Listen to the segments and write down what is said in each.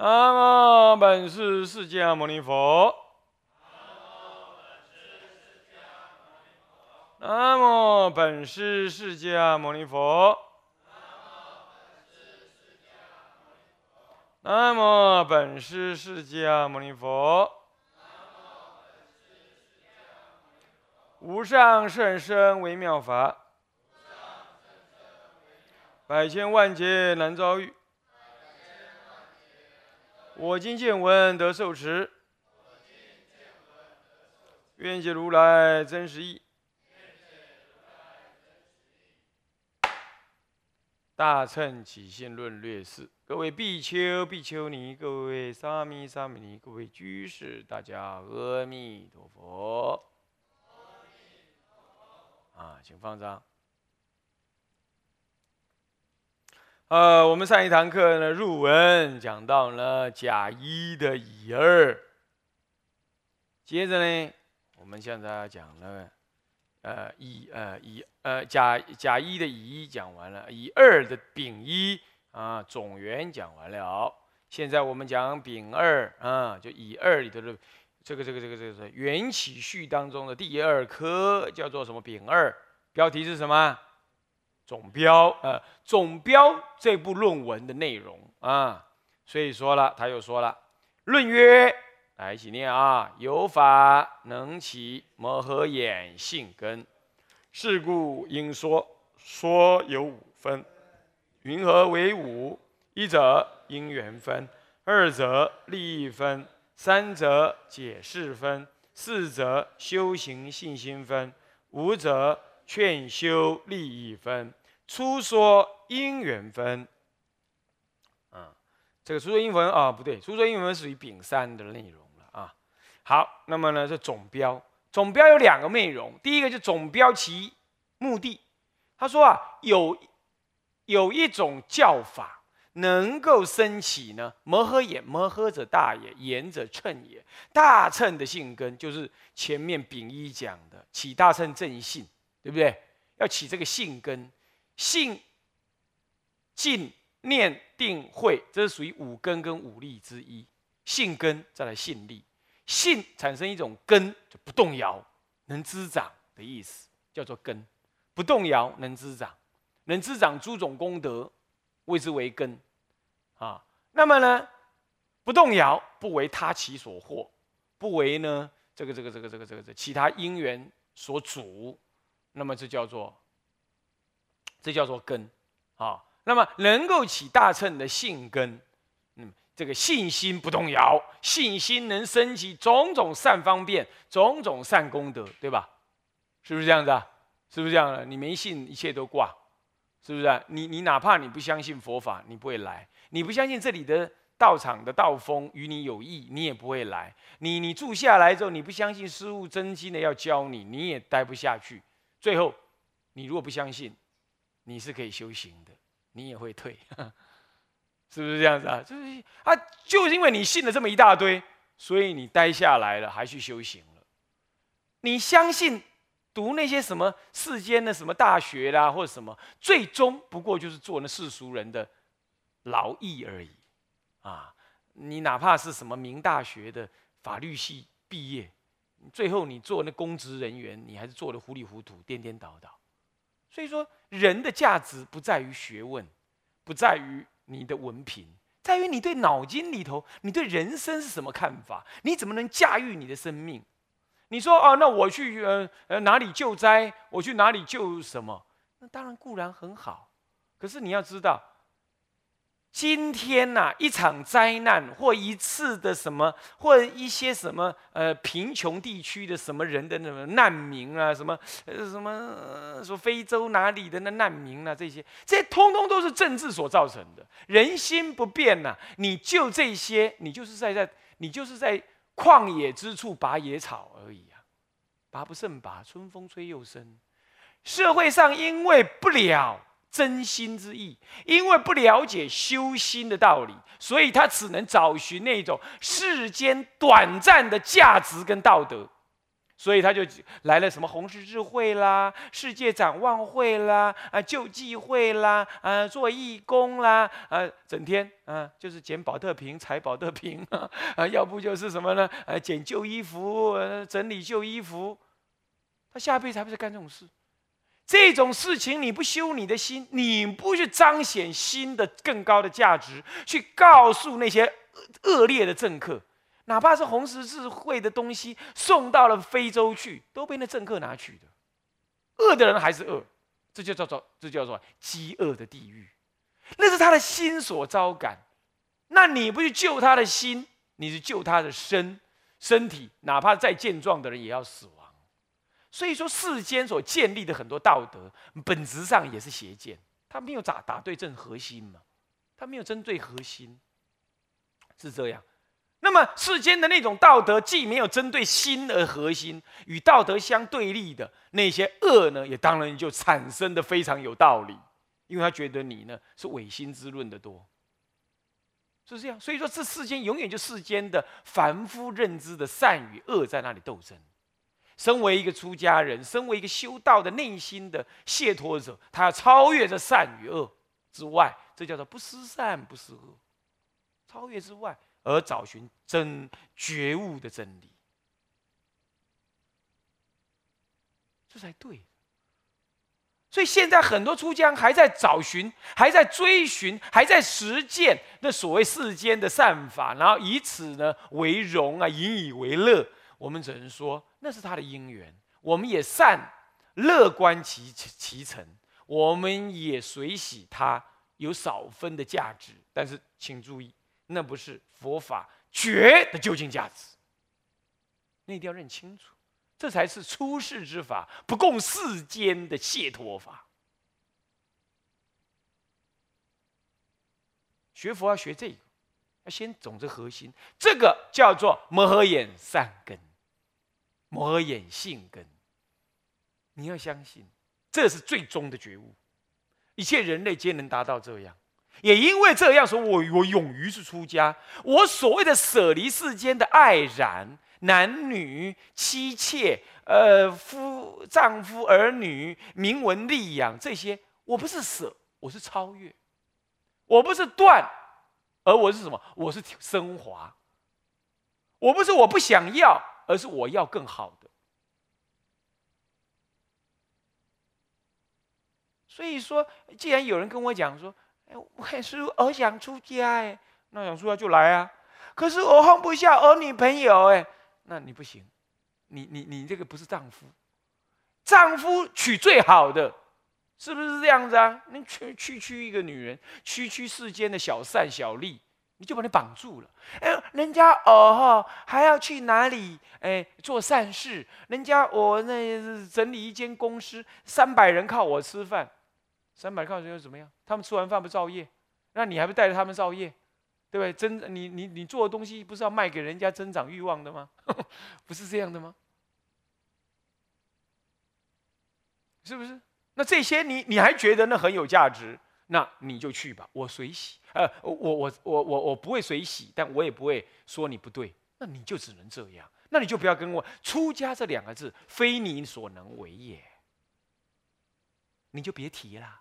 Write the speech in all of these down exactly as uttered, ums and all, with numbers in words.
南无本师释迦牟尼佛。南无本师释迦牟尼佛。南无本师释迦牟尼佛。无上甚深微妙法，百千万劫难遭遇。我今见闻得受持，愿解如来真实义。大乘起信论略释。各位比丘、比丘尼，各位沙弥、沙弥尼，各位居士，大家阿弥陀佛。啊，请放掌。呃，我们上一堂课呢，入文讲到了甲一的乙二，接着呢，我们现在要讲了，呃，乙呃乙呃甲甲一的乙一讲完了，乙二的丙一啊总元讲完了，现在我们讲丙二啊，就乙二里头的这个这个这个这个缘起序当中的第二科叫做什么？丙二，标题是什么？总标，呃，总标这部论文的内容啊，所以说了，他又说了，论曰，来一起念啊，有法能起摩诃眼性根，是故应说，说有五分，云何为五？一则因缘分，二则利益分，三则解释分，四则修行信心分，五则劝修利益分。初说因缘分，啊，这个初说因缘分啊，不对，初说因缘分属于丙三的内容了啊。好，那么呢，这总标，总标有两个内容，第一个就总标其目的。他说啊，有有一种教法能够升起呢，摩诃眼，摩诃者大也，眼者称也。大乘的性根就是前面丙一讲的起大乘正信，对不对？要起这个性根。信、静、念、定、慧，这是属于五根跟五力之一。信根，再来信力。信产生一种根，就不动摇，能滋长的意思，叫做根。不动摇，能滋长，能滋长诸种功德，谓之为根。啊，那么呢，不动摇，不为他其所惑，不为呢这个这个这个这个这个其他因缘所阻，那么这叫做。这叫做根，啊，那么能够起大乘的性根，嗯，这个信心不动摇，信心能升起种种善方便，种种善功德，对吧？是不是这样子啊？是不是这样的？你没信，一切都挂，是不是、啊？你你哪怕你不相信佛法，你不会来；你不相信这里的道场的道风与你有益，你也不会来。你你住下来之后，你不相信师父真心的要教你，你也待不下去。最后，你如果不相信，你是可以修行的，你也会退，是不是这样子啊？就是啊，就是因为你信了这么一大堆，所以你待下来了，还去修行了。你相信读那些什么世间的什么大学啦，或者什么，最终不过就是做那世俗人的劳役而已啊！你哪怕是什么名大学的法律系毕业，最后你做那公职人员，你还是做得糊里糊涂、颠颠倒倒。所以说，人的价值不在于学问，不在于你的文凭，在于你对脑筋里头，你对人生是什么看法？你怎么能驾驭你的生命？你说哦，那我去呃呃哪里救灾？我去哪里救什么？那当然固然很好，可是你要知道，今天呐、啊，一场灾难或一次的什么，或者一些什么呃贫穷地区的什么人的那种难民啊，什么呃什么、呃、说非洲哪里的那难民啊，这些这些通通都是政治所造成的。人心不变呐、啊，你就这些，你就是在在你就是在旷野之处拔野草而已啊，拔不胜拔，春风吹又生。社会上因为不了真心之意，因为不了解修心的道理，所以他只能找寻那种世间短暂的价值跟道德。 所以他就来了什么红十字会啦、世界展望会啦、啊救济会啦、啊做义工啦、啊整天啊就是捡保特瓶、踩保特瓶啊，啊要不就是什么呢？呃、啊、捡旧衣服、呃、整理旧衣服。他下辈子还不是干这种事？这种事情你不修你的心，你不去彰显心的更高的价值，去告诉那些恶劣的政客。哪怕是红十字会的东西送到了非洲去，都被那政客拿去的。恶的人还是恶，这就叫做这叫做饥饿的地狱，那是他的心所招感。那你不去救他的心，你是救他的身身体，哪怕再健壮的人也要死亡。所以说，世间所建立的很多道德，本质上也是邪见，他没有打打对正核心嘛，他没有针对核心，是这样。那么世间的那种道德，既没有针对心而核心，与道德相对立的那些恶呢，也当然就产生的非常有道理，因为他觉得你呢是违心之论的多，是这样。所以说，这世间永远就世间的凡夫认知的善与恶在那里斗争。身为一个出家人，身为一个修道的内心的解脱者，他要超越这善与恶之外，这叫做不思善不思恶，超越之外。而找寻真觉悟的真理，这才对。所以现在很多出家还在找寻，还在追寻，还在实践那所谓世间的善法，然后以此呢为荣啊，引以为乐。我们只能说那是他的因缘，我们也善乐观其其成，我们也随喜他有少分的价值。但是请注意，那不是佛法觉的究竟价值，那一定要认清楚，这才是出世之法，不共世间的解脱法。学佛要学这个，要先懂这核心，这个叫做摩诃眼善根，摩诃眼性根。你要相信，这是最终的觉悟，一切人类皆能达到这样。也因为这样说，我我勇于是出家。我所谓的舍离世间的爱染、男女、妻妾、呃夫、丈夫、儿女、名闻利养这些，我不是舍，我是超越；我不是断，而我是什么？我是升华。我不是我不想要，而是我要更好的。所以说，既然有人跟我讲说，可是我想出家哎，那想出家就来啊。可是我放不下儿女朋友哎，那你不行，你你你这个不是丈夫。丈夫娶最好的，是不是这样子啊？你区区区一个女人，区区世间的小善小利，你就把你绑住了。哎，人家哦哈还要去哪里哎做善事？人家我那整理一间公司，三百人靠我吃饭。三百靠人又怎么样？他们吃完饭不造业？那你还不带着他们造业，对不对？增你你你做的东西不是要卖给人家增长欲望的吗？不是这样的吗？是不是？那这些你你还觉得那很有价值？那你就去吧，我随喜。呃，我我我我我不会随喜，但我也不会说你不对。那你就只能这样。那你就不要跟我出家这两个字，非你所能为也。你就别提了。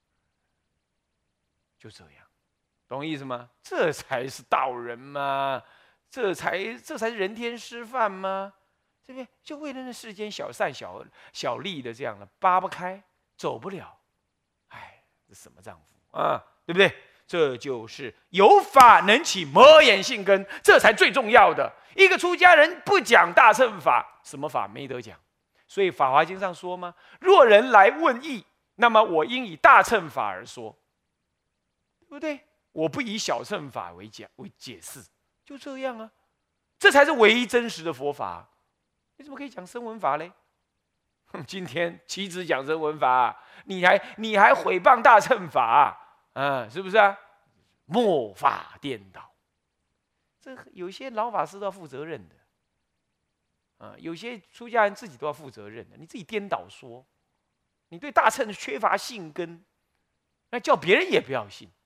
就这样，懂意思吗？这才是道人嘛，这才这才是人天师范吗？对不对？就为了那世间小善小小利的这样的扒不开，走不了，哎，这什么丈夫啊？对不对？这就是有法能起摩眼性根，这才最重要的。一个出家人不讲大乘法，什么法没得讲？所以《法华经》上说吗？若人来问义，那么我应以大乘法而说。对不对？我不以小乘法为解为解释，就这样啊，这才是唯一真实的佛法。你怎么可以讲声闻法嘞？今天岂止讲声闻法，你还你还毁谤大乘法啊，嗯，是不是啊？末法颠倒，这有些老法师都要负责任的，啊，有些出家人自己都要负责任的。你自己颠倒说，你对大乘缺乏信根，那叫别人也不要信。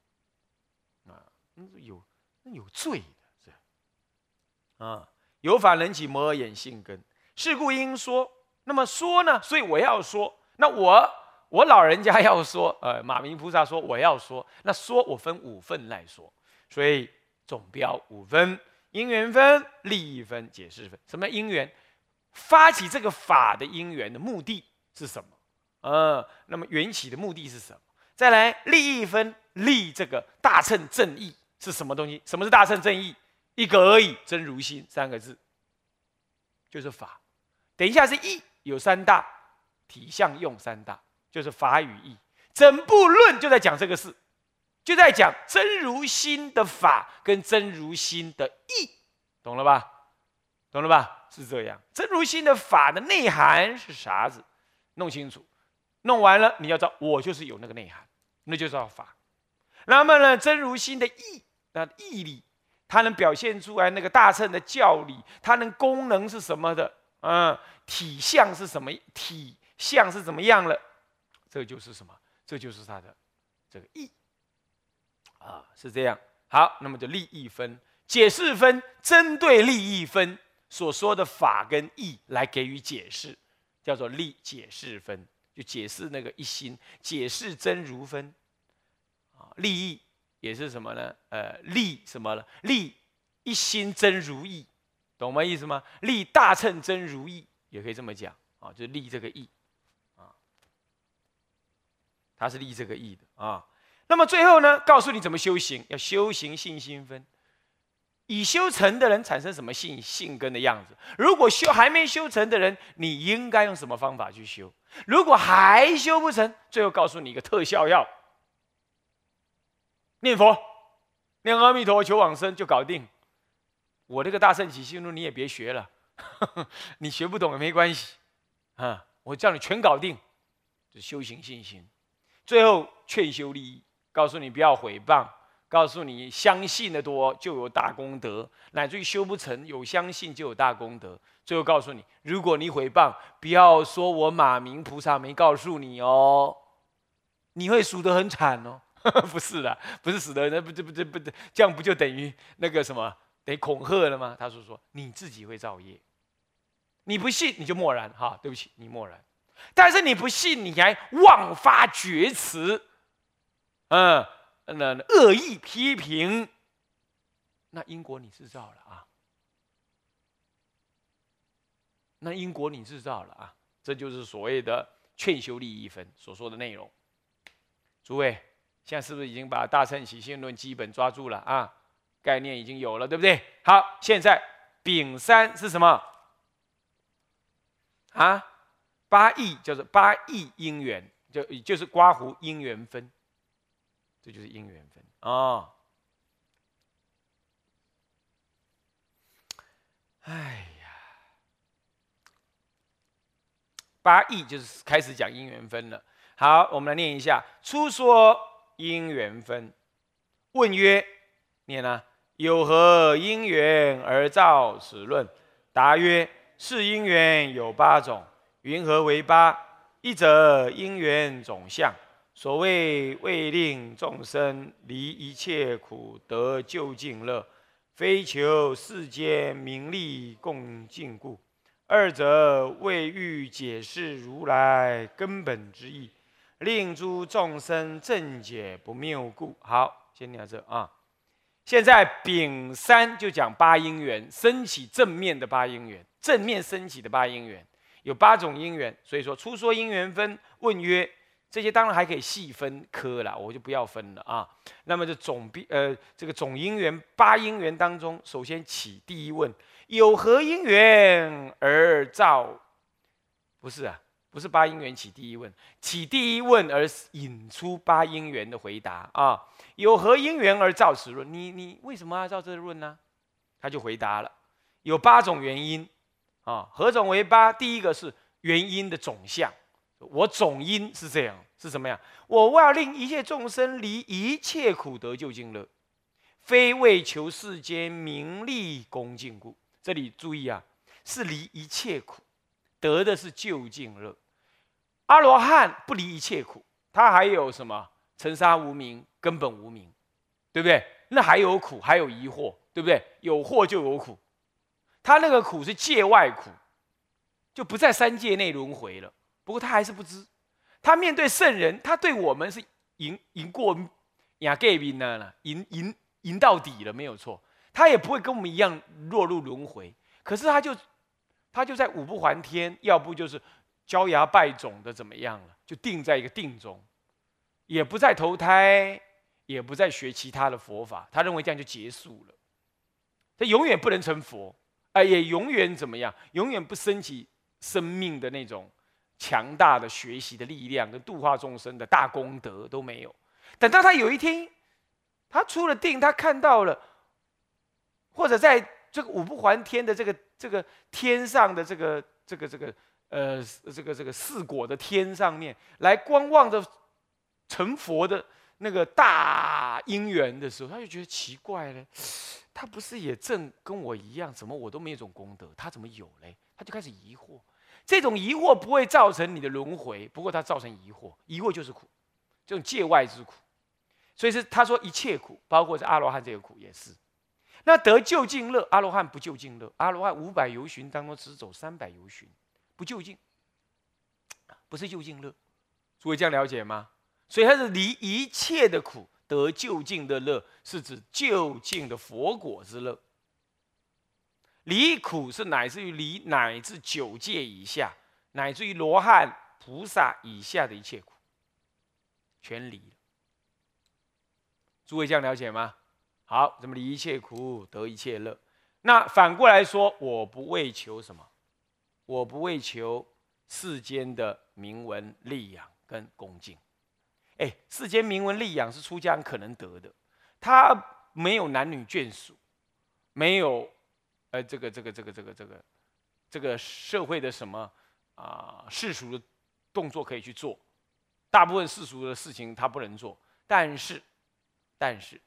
有有罪的，是啊，有法能起摩诃眼性根， 是故应说。那么说呢？所以我要说。那我我老人家要说，呃，马明菩萨说我要说。那说我分五份来说，所以总标五分：因缘分、利益分、解释分。什么因缘？发起这个法的因缘的目的是什么？呃，那么缘起的目的是什么？再来利益分，利这个大乘正义是什么东西？什么是大乘正义？一个而已，真如心三个字，就是法。等一下是义，有三大，体相用三大，就是法与义。整部论就在讲这个事，就在讲真如心的法跟真如心的义，懂了吧？懂了吧？是这样，真如心的法的内涵是啥子？弄清楚，弄完了你要知道，我就是有那个内涵，那就叫法。那么呢，真如心的义，那义理，它能表现出来那个大乘的教理，它能功能是什么的？嗯，体相是什么？体相是怎么样了？这就是什么？这就是它的这个义啊，是这样。好，那么就利益分、解释分，针对利益分所说的法跟义来给予解释，叫做利解释分，就解释那个一心，解释真如分啊。利益也是什么呢？呃，利什么呢？利一心真如意。懂吗？意思吗？立大乘真如意也可以这么讲啊，就是立这个义啊，它是立这个义的啊。那么最后呢，告诉你怎么修行，要修行信心分。已修成的人产生什么性性根的样子？如果修还没修成的人，你应该用什么方法去修？如果还修不成，最后告诉你一个特效药：念佛，念阿弥陀求往生就搞定。我这个大圣起信论你也别学了，呵呵，你学不懂也没关系啊，我叫你全搞定，就修行信心。最后劝修利益，告诉你不要毁谤，告诉你相信的多就有大功德，乃至于修不成有相信就有大功德。最后告诉你，如果你毁谤，不要说我马明菩萨没告诉你哦，你会输得很惨哦。不是的，不是死的，那不这不这不这样不就等于那个什么？得恐吓了吗？他说说你自己会造业，你不信你就默然哈，对不起，你默然。但是你不信，你还妄发厥词，嗯，那恶意批评，那因果你制造了啊，那因果你制造了啊，这就是所谓的劝修利益分所说的内容。诸位，现在是不是已经把大乘起信论基本抓住了啊？概念已经有了，对不对？好，现在丙三是什么啊？八义叫做八义因缘，就就是刮胡因缘分，这就是因缘分啊、哦。哎呀，八义就是开始讲因缘分了。好，我们来念一下：初说因缘分，问曰，念啊。有何因缘而造此论？答曰：是因缘有八种，云何为八？一者因缘总相，所谓为令众生离一切苦，得究竟乐，非求世间名利共尽故；二者为欲解释如来根本之意，令诸众生正解不谬故。好，先念到这啊。现在丙三就讲八因缘，升起正面的八因缘，正面升起的八因缘有八种因缘，所以说初说因缘分，问曰，这些当然还可以细分科啦，我就不要分了啊。那么这总呃这个总因缘八因缘当中，首先起第一问：有何因缘而造？不是啊，不是八因缘起第一问，起第一问而引出八因缘的回答啊。有何因缘而造此论？你你为什么要造这个论呢？他就回答了，有八种原因啊。何种为八？第一个是原因的总相，我总因是这样，是什么样？我要令一切众生离一切苦得究竟乐，非为求世间名利恭敬故。这里注意啊，是离一切苦，得的是究竟乐。阿罗汉不离一切苦，他还有什么？尘沙无明，根本无明，对不对？那还有苦，还有疑惑，对不对？有惑就有苦，他那个苦是界外苦， 就不在三界内轮回了。不过他还是不知，他面对圣人，他对我们是赢赢过亚盖宾呢，赢赢赢到底了，没有错。他也不会跟我们一样落入轮回，可是他就他就在五不还天，要不就是焦芽败种的怎么样了，就定在一个定中，也不再投胎，也不再学其他的佛法，他认为这样就结束了，他永远不能成佛，啊、呃，也永远怎么样，永远不升起生命的那种强大的学习的力量跟度化众生的大功德都没有。等到他有一天，他出了定，他看到了。或者在这个五不还天的这个这个天上的这个这个这个呃这个这个四果的天上面来观望着成佛的那个大因缘的时候，他就觉得奇怪了，他不是也正跟我一样，怎么我都没有这种功德，他怎么有嘞？他就开始疑惑。这种疑惑不会造成你的轮回，不过它造成疑惑，疑惑就是苦，这种界外之苦。所以是他说一切苦，包括是阿罗汉这个苦也是。那得究竟乐，阿罗汉不究竟乐。阿罗汉五百由旬当中只走三百由旬，不究竟，不是究竟乐。诸位这样了解吗？所以他是离一切的苦得究竟的乐，是指究竟的佛果之乐。离苦是乃至于离乃至九界以下，乃至于罗汉、菩萨以下的一切苦，全离了。诸位这样了解吗？好，怎么离一切苦得一切乐？那反过来说，我不为求什么？我不为求世间的名闻利养跟恭敬。哎，世间名闻利养是出家人可能得的，他没有男女眷属，没有呃这个这个这个这个这个这个社会的什么啊、呃、世俗的动作可以去做，大部分世俗的事情他不能做，但是但是。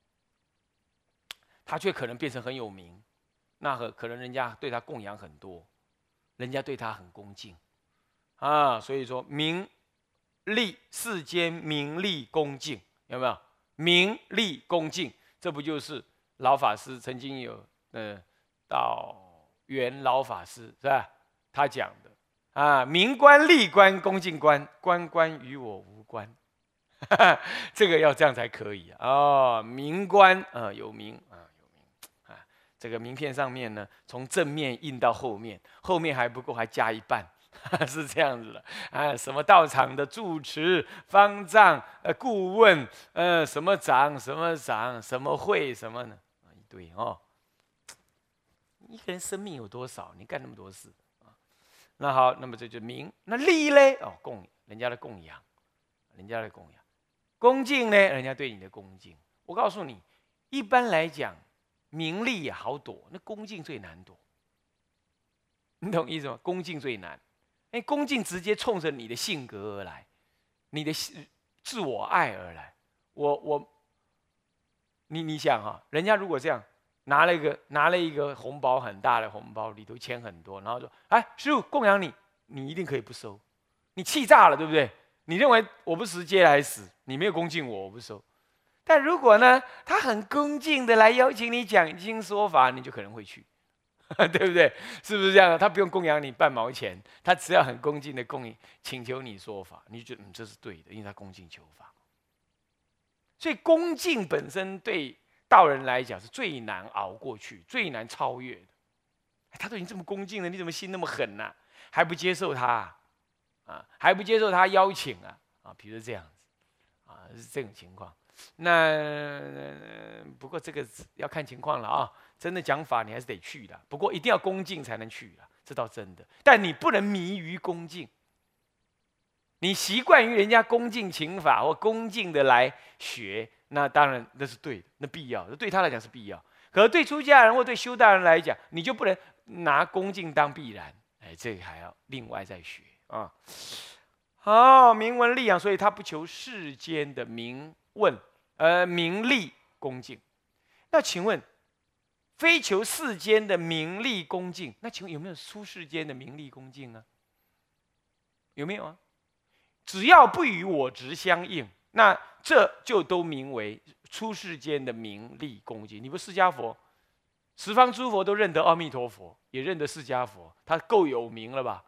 他却可能变成很有名，那可能人家对他供养很多，人家对他很恭敬，啊，所以说名利世间名利恭敬有没有？名利恭敬，这不就是老法师曾经有呃到元老法师是吧？他讲的啊，名官利官恭敬官，官官与我无关，这个要这样才可以啊。哦，名官啊、呃、有名啊。这个名片上面呢，从正面印到后面，后面还不够，还加一半，是这样子的啊。什么道场的住持、方丈、呃顾问，呃什么长、什么长、什么会什么呢？一堆哦。一个人生命有多少？你干那么多事啊？那好，那么这就名。那利嘞？哦，供人家的供养，人家的供养。恭敬呢？人家对你的恭敬。我告诉你，一般来讲。名利也好躲，那恭敬最难躲。你懂意思吗？恭敬最难，哎，恭敬直接冲着你的性格而来，你的自我爱而来。我我，你你想哈、啊，人家如果这样拿了一个拿了一个红包，很大的红包，里头钱很多，然后说，哎，师父供养你，你一定可以不收，你气炸了，对不对？你认为我不直接来死，你没有恭敬我，我不收。但如果呢，他很恭敬的来邀请你讲经说法，你就可能会去，对不对？是不是这样？他不用供养你半毛钱，他只要很恭敬的供你请求你说法，你就觉得嗯这是对的，因为他恭敬求法。所以恭敬本身对道人来讲是最难熬过去、最难超越的。他都已经这么恭敬了，你怎么心那么狠呢、啊？还不接受他啊？啊还不接受他邀请啊？啊，比如这样子啊，是这种情况。那不过这个要看情况了啊，真的讲法你还是得去的，不过一定要恭敬才能去的，这倒真的。但你不能迷于恭敬，你习惯于人家恭敬请法或恭敬的来学，那当然那是对的，那必要，对他来讲是必要。可是对出家人或对修道人来讲，你就不能拿恭敬当必然，哎，这个还要另外再学啊。好，名闻利养，所以他不求世间的名问。呃，名利恭敬，那请问，非求世间的名利恭敬，那请问有没有出世间的名利恭敬啊？有没有啊？只要不与我执相应，那这就都名为出世间的名利恭敬。你不释迦佛，十方诸佛都认得阿弥陀佛，也认得释迦佛，他够有名了吧？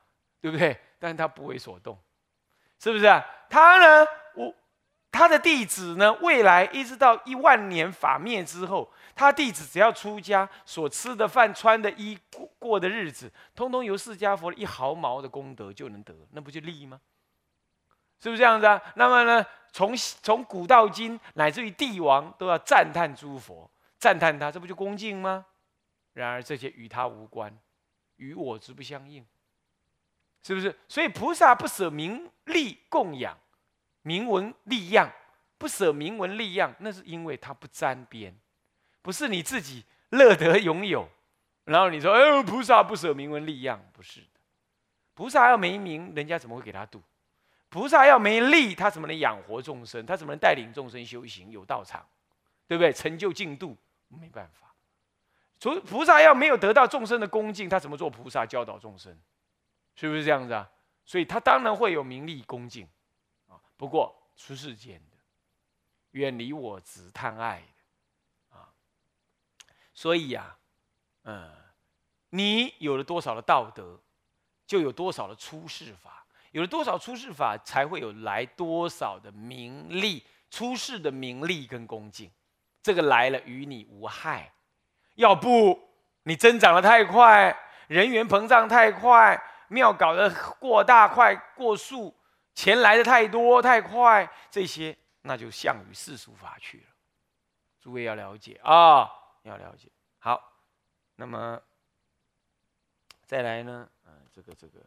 对不对？但是他不为所动，是不是啊？他呢，我他的弟子呢，未来一直到一万年法灭之后，他弟子只要出家，所吃的饭、穿的衣、过过的日子，通通由释迦佛一毫毛的功德就能得，那不就利吗？是不是这样子啊？那么呢，从从古到今，乃至于帝王都要赞叹诸佛，赞叹他，这不就恭敬吗？然而这些与他无关，与我执不相应，是不是？所以菩萨不舍名利供养，名闻利养，不舍名闻利养，那是因为他不沾边，不是你自己乐得拥有，然后你说，哎，菩萨不舍名闻利养，不是的。菩萨要没名，人家怎么会给他度？菩萨要没力，他怎么能养活众生？他怎么能带领众生修行？有道场，对不对？成就净土，没办法。所以菩萨要没有得到众生的恭敬，他怎么做菩萨教导众生？是不是这样子啊？所以他当然会有名利恭敬啊。不过出世间的，远离我执贪爱的啊。所以啊，嗯，你有了多少的道德，就有多少的出世法。有了多少出世法，才会有来多少的名利，出世的名利跟恭敬，这个来了与你无害。要不你增长得太快，人员膨胀太快，庙搞得过大快过速，钱来的太多太快，这些那就向于世俗法去了。诸位要了解啊，要了解。好，那么再来呢？呃，这个这个。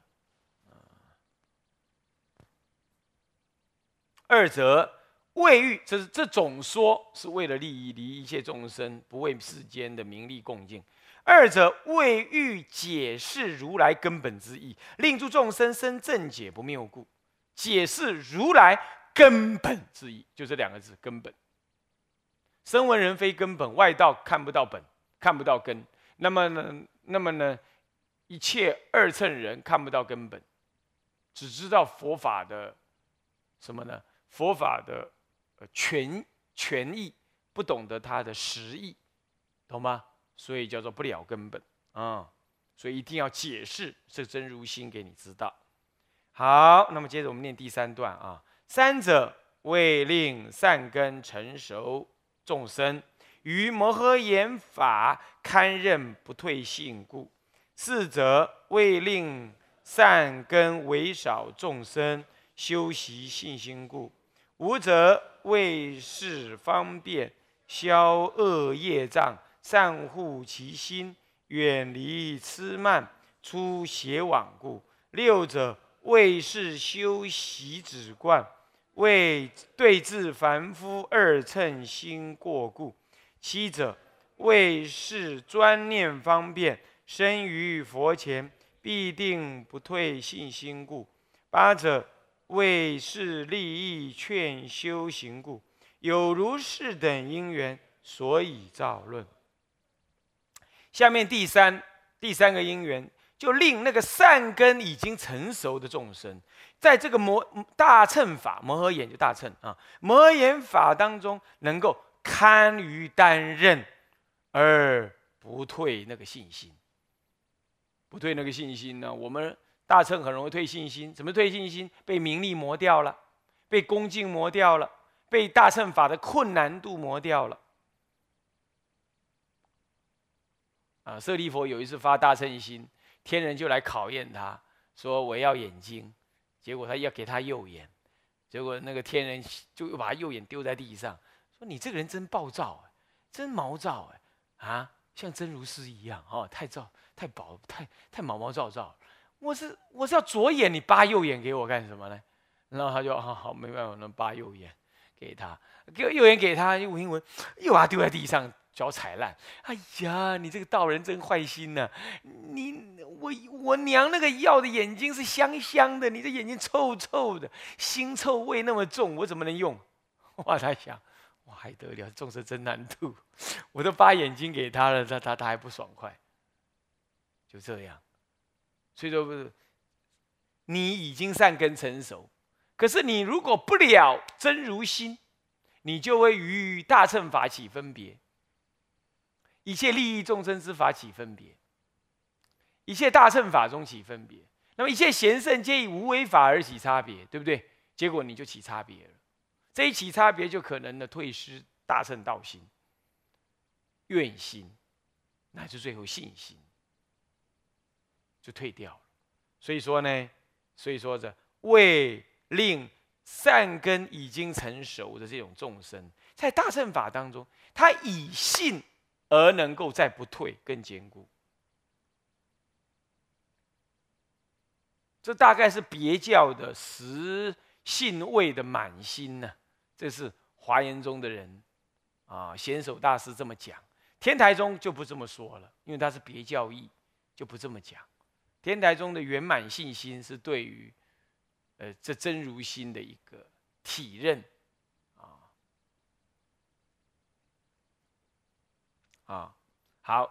二则为欲，这是这种说是为了利益离一切众生，不为世间的名利共敬。二者为欲解释如来根本之意，令诸众生生正解不谬故。解释如来根本之意，就这两个字，根本。声闻人非根本，外道看不到本，看不到根。那么呢？那么呢？一切二乘人看不到根本，只知道佛法的什么呢？佛法的全全意，不懂得它的实意，懂吗？所以叫做不了根本啊、嗯！所以一定要解释这真如心给你知道。好，那么接着我们念第三段啊。三者为令善根成熟众生，于摩诃言法堪任不退信故。四者为令善根为少众生修习信心故。五者为是方便消恶业障，善护其心，远离痴慢，出邪往故。六者为是修习止观，为对治凡夫二乘心过故。七者为是专念方便，生于佛前必定不退信心故。八者为是利益劝修行故。有如是等因缘，所以造论。下面第三第三个因缘，就令那个善根已经成熟的众生，在这个摩大乘法摩诃言就大乘啊，摩诃言法当中，能够堪于担任，而不退那个信心。不退那个信心呢？我们大乘很容易退信心，怎么退信心？被名利磨掉了，被恭敬磨掉了，被大乘法的困难度磨掉了。啊，舍利弗有一次发大乘心，天人就来考验他，说我要眼睛，结果他要给他右眼，结果那个天人就又把他右眼丢在地上，说你这个人真暴躁，真毛躁哎，啊，像真如师一样哦，太躁太薄太太毛毛躁躁。我是我是要左眼，你扒右眼给我干什么呢？然后他就好好没办法，能扒右眼给他，给右眼给他，又闻一闻，又把他丢在地上，脚踩烂。哎呀，你这个道人真坏心呐、啊！你我我娘那个要的眼睛是香香的，你这眼睛臭臭的，腥臭味那么重，我怎么能用？哇，他想，哇还得了，众生真难度，我都扒眼睛给他了，他他他还不爽快，就这样。所以说不是，你已经善根成熟，可是你如果不了真如心，你就会与大乘法起分别，一切利益众生之法起分别，一切大乘法中起分别。 那么一切贤圣皆以无为法而起差别，对不对？结果你就起差别了，这一起差别就可能呢退失大乘道心、愿心，乃至最后信心就退掉了。所以说呢，所以说这为令善根已经成熟的这种众生，在大乘法当中，他以信而能够再不退，更坚固。这大概是别教的实信位的满心呢、啊，这是华严宗的人啊，显首大师这么讲。天台宗就不这么说了，因为他是别教义，就不这么讲。天台宗的圆满信心是对于呃这真如心的一个体认啊啊。